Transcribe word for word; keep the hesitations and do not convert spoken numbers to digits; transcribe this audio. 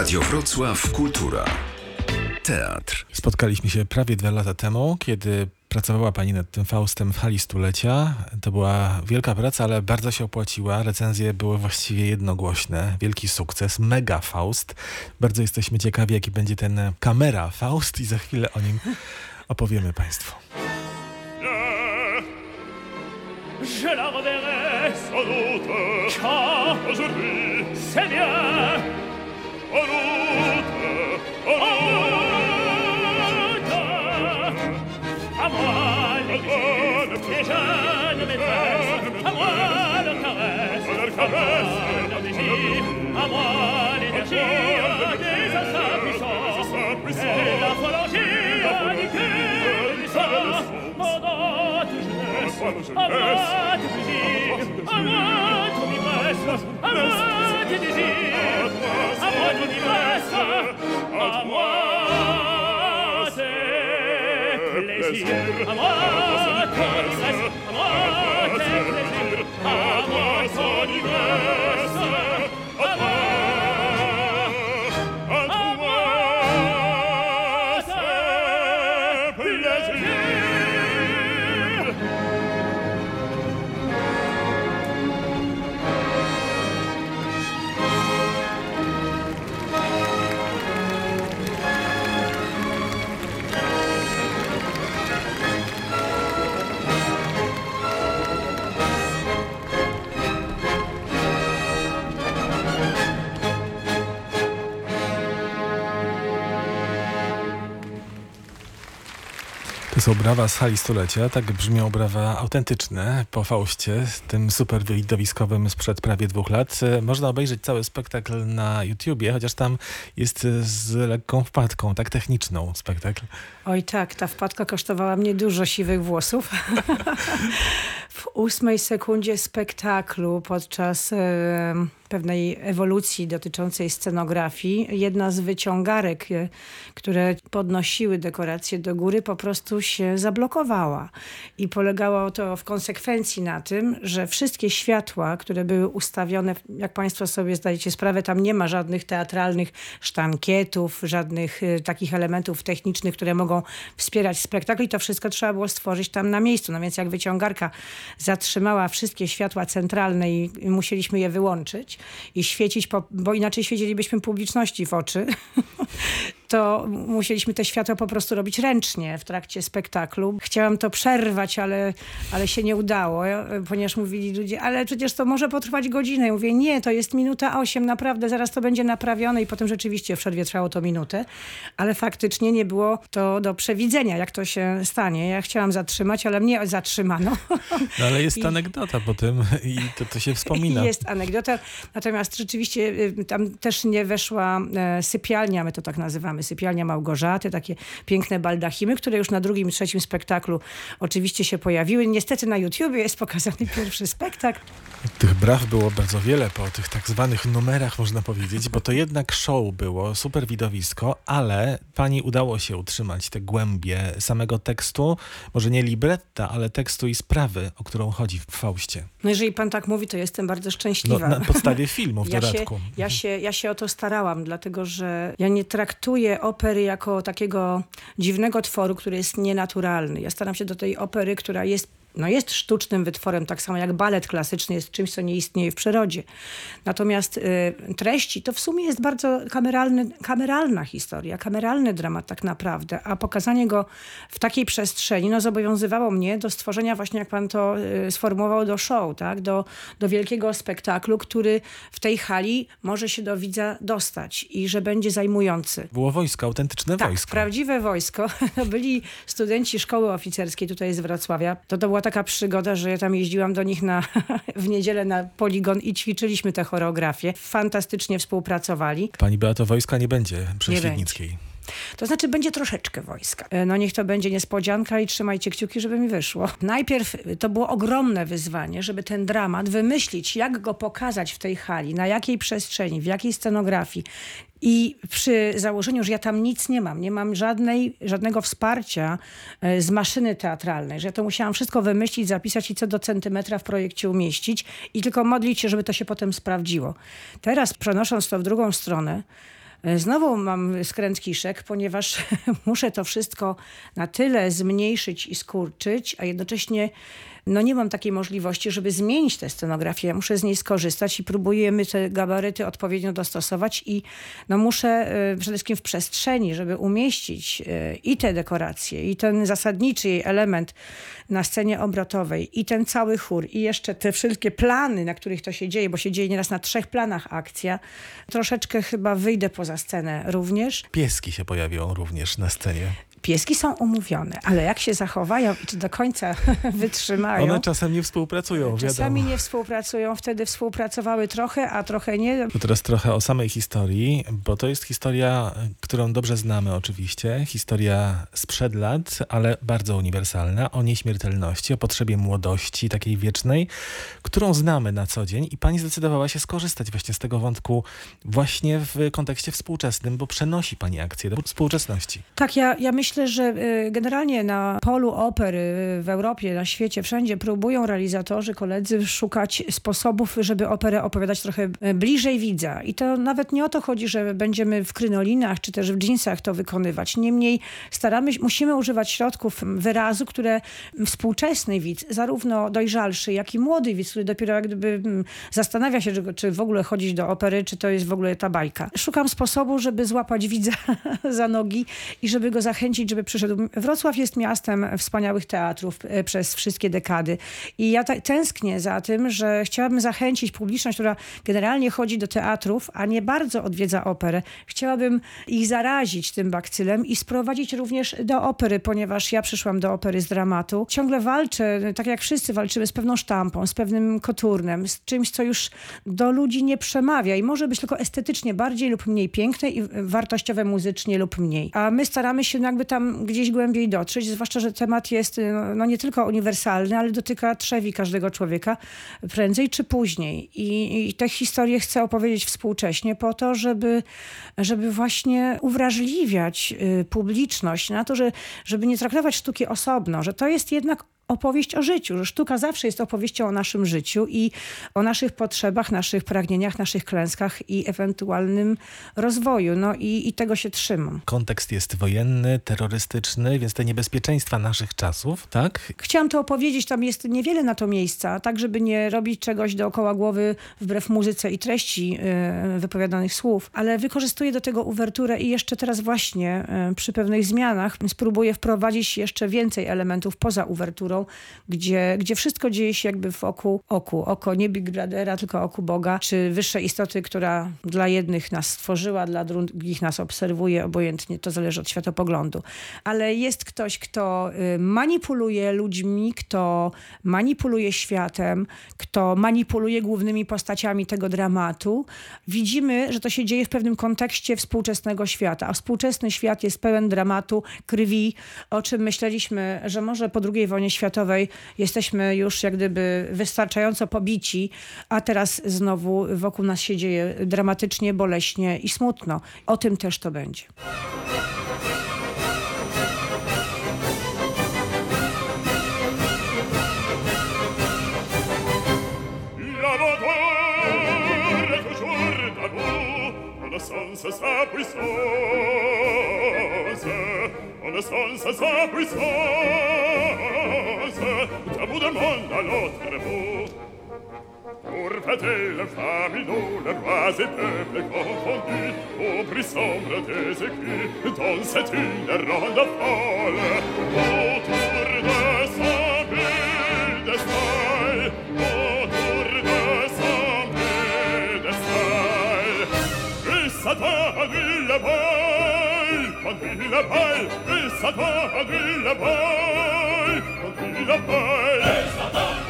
Radio Wrocław Kultura. Teatr. Spotkaliśmy się prawie dwa lata temu, kiedy pracowała pani nad tym Faustem w hali stulecia. To była wielka praca, ale bardzo się opłaciła. Recenzje były właściwie jednogłośne. Wielki sukces. Mega Faust. Bardzo jesteśmy ciekawi, jaki będzie ten kamera Faust i za chwilę o nim opowiemy państwu. Je la reverrai sans doute, car aujourd'hui c'est bien. En route, en route, à moi les yeux, les jeunes maîtresses, à moi leur caresse, à moi leur désir, à moi l'énergie des assassins puissants, et la phalangie du cœur et du sang, pendant toute jeunesse, à moi tes plaisirs, à moi ton ivresse, à moi tes désirs, à moi ton ivresse, à moi tes plaisirs, à moi ton ivresse, à moi tes plaisirs, à moi ton ivresse, à moi, à moi tes plaisirs. To są brawa z hali stulecia, tak brzmią brawa autentyczne po Faustie, tym super widowiskowym sprzed prawie dwóch lat. Można obejrzeć cały spektakl na YouTubie, chociaż tam jest z lekką wpadką, tak techniczną spektakl. Oj tak, ta wpadka kosztowała mnie dużo siwych włosów. W ósmej sekundzie spektaklu podczas e, pewnej ewolucji dotyczącej scenografii jedna z wyciągarek, e, które podnosiły dekoracje do góry, po prostu się zablokowała. I polegało to w konsekwencji na tym, że wszystkie światła, które były ustawione, jak państwo sobie zdajecie sprawę, tam nie ma żadnych teatralnych sztankietów, żadnych e, takich elementów technicznych, które mogą wspierać spektakl i to wszystko trzeba było stworzyć tam na miejscu. No więc jak wyciągarka zatrzymała wszystkie światła centralne i musieliśmy je wyłączyć i świecić, po, bo inaczej świecilibyśmy publiczności w oczy, to musieliśmy te światła po prostu robić ręcznie w trakcie spektaklu. Chciałam to przerwać, ale, ale się nie udało, ponieważ mówili ludzie, ale przecież to może potrwać godzinę. Ja mówię, nie, to jest minuta osiem, naprawdę, zaraz to będzie naprawione i potem rzeczywiście w przerwie trwało to minutę, ale faktycznie nie było to do przewidzenia, jak to się stanie. Ja chciałam zatrzymać, ale mnie zatrzymano. No ale jest I, anegdota po tym i to, to się wspomina. Jest anegdota, natomiast rzeczywiście tam też nie weszła sypialnia, my to tak nazywamy, sypialnia Małgorzaty, takie piękne baldachimy, które już na drugim, trzecim spektaklu oczywiście się pojawiły. Niestety na YouTubie jest pokazany pierwszy spektakl. Tych braw było bardzo wiele po tych tak zwanych numerach, można powiedzieć, bo to jednak show było, super widowisko, ale pani udało się utrzymać te głębie samego tekstu, może nie libretta, ale tekstu i sprawy, o którą chodzi w Faustie. No jeżeli pan tak mówi, to jestem bardzo szczęśliwa. No, na podstawie filmu w ja dodatku. Się, ja, się, ja się o to starałam, dlatego że ja nie traktuję opery jako takiego dziwnego tworu, który jest nienaturalny. Ja staram się do tej opery, która jest no jest sztucznym wytworem, tak samo jak balet klasyczny jest czymś, co nie istnieje w przyrodzie. Natomiast y, treści to w sumie jest bardzo kameralny, kameralna historia, kameralny dramat tak naprawdę, a pokazanie go w takiej przestrzeni no, zobowiązywało mnie do stworzenia właśnie, jak pan to y, sformułował, do show, tak? do, do wielkiego spektaklu, który w tej hali może się do widza dostać i że będzie zajmujący. Było wojsko, autentyczne tak, wojsko. prawdziwe wojsko. Byli studenci szkoły oficerskiej tutaj z Wrocławia. To, to była taka przygoda, że ja tam jeździłam do nich na, w niedzielę na poligon i ćwiczyliśmy tę choreografię. Fantastycznie współpracowali. Pani Beato, wojska nie będzie przy Świdnickiej. To znaczy będzie troszeczkę wojska. No niech to będzie niespodzianka i trzymajcie kciuki, żeby mi wyszło. Najpierw to było ogromne wyzwanie, żeby ten dramat wymyślić, jak go pokazać w tej hali, na jakiej przestrzeni, w jakiej scenografii. I przy założeniu, że ja tam nic nie mam, nie mam żadnej, żadnego wsparcia z maszyny teatralnej, że ja to musiałam wszystko wymyślić, zapisać i co do centymetra w projekcie umieścić i tylko modlić się, żeby to się potem sprawdziło. Teraz przenosząc to w drugą stronę, Znowu mam skręt kiszek, ponieważ muszę to wszystko na tyle zmniejszyć i skurczyć, a jednocześnie no nie mam takiej możliwości, żeby zmienić tę scenografię. Muszę z niej skorzystać i próbujemy te gabaryty odpowiednio dostosować i no muszę y, przede wszystkim w przestrzeni, żeby umieścić y, i te dekoracje, i ten zasadniczy jej element na scenie obrotowej, i ten cały chór, i jeszcze te wszystkie plany, na których to się dzieje, bo się dzieje nieraz na trzech planach akcja. Troszeczkę chyba wyjdę poza scenę również. Pieski się pojawią również na scenie. Pieski są umówione, ale jak się zachowają i czy do końca wytrzymają. One czasem nie współpracują, Czasami wiadomo. nie współpracują, wtedy współpracowały trochę, a trochę nie. To teraz trochę o samej historii, bo to jest historia, którą dobrze znamy oczywiście. Historia sprzed lat, ale bardzo uniwersalna, o nieśmiertelności, o potrzebie młodości takiej wiecznej, którą znamy na co dzień i pani zdecydowała się skorzystać właśnie z tego wątku właśnie w kontekście współczesnym, bo przenosi pani akcję do współczesności. Tak, ja, ja myślę, że generalnie na polu opery w Europie, na świecie, wszędzie próbują realizatorzy, koledzy szukać sposobów, żeby operę opowiadać trochę bliżej widza. I to nawet nie o to chodzi, że będziemy w krynolinach czy też w dżinsach to wykonywać. Niemniej staramy się, musimy używać środków wyrazu, które współczesny widz, zarówno dojrzalszy, jak i młody widz, który dopiero jak gdyby zastanawia się, czy w ogóle chodzić do opery, czy to jest w ogóle ta bajka. Szukam sposobu, żeby złapać widza za nogi i żeby go zachęcić, żeby przyszedł. Wrocław jest miastem wspaniałych teatrów przez wszystkie dekady. I ja ta- tęsknię za tym, że chciałabym zachęcić publiczność, która generalnie chodzi do teatrów, a nie bardzo odwiedza operę. Chciałabym ich zarazić tym bakcylem i sprowadzić również do opery, ponieważ ja przyszłam do opery z dramatu. Ciągle walczę, tak jak wszyscy walczymy, z pewną sztampą, z pewnym koturnem, z czymś, co już do ludzi nie przemawia i może być tylko estetycznie bardziej lub mniej piękne i wartościowe muzycznie lub mniej. A my staramy się jakby tam gdzieś głębiej dotrzeć, zwłaszcza, że temat jest no, no nie tylko uniwersalny, ale dotyka trzewi każdego człowieka prędzej czy później. I, i tę historię chcę opowiedzieć współcześnie po to, żeby, żeby właśnie uwrażliwiać y, publiczność na to, że, żeby nie traktować sztuki osobno, że to jest jednak opowieść o życiu, że sztuka zawsze jest opowieścią o naszym życiu i o naszych potrzebach, naszych pragnieniach, naszych klęskach i ewentualnym rozwoju. No i, i tego się trzymam. Kontekst jest wojenny, terrorystyczny, więc te niebezpieczeństwa naszych czasów, tak? Chciałam to opowiedzieć, tam jest niewiele na to miejsca, tak żeby nie robić czegoś dookoła głowy wbrew muzyce i treści yy, wypowiadanych słów, ale wykorzystuję do tego uwerturę i jeszcze teraz właśnie yy, przy pewnych zmianach spróbuję wprowadzić jeszcze więcej elementów poza uwerturą, Gdzie, gdzie wszystko dzieje się jakby wokół oku. Oko nie Big Brothera, tylko oku Boga, czy wyższej istoty, która dla jednych nas stworzyła, dla drugich nas obserwuje, obojętnie, to zależy od światopoglądu. Ale jest ktoś, kto manipuluje ludźmi, kto manipuluje światem, kto manipuluje głównymi postaciami tego dramatu. Widzimy, że to się dzieje w pewnym kontekście współczesnego świata, a współczesny świat jest pełen dramatu, krwi, o czym myśleliśmy, że może po drugiej wojnie światowej światowej jesteśmy już jak gdyby wystarczająco pobici, a teraz znowu wokół nas się dzieje dramatycznie, boleśnie i smutno. O tym też to będzie. Sans sa puissance, on sans sa puissance, tabou demande à l'autre bout. Pour fêter le familou, le rois et peuple confondus, au bruit sombre des écus, dansait une ronde folle, autour de son piédestal, autour de son piédestal. Et Satan conduit le bal, conduit le bal, et Satan conduit le bal, conduit le bal. Et Satan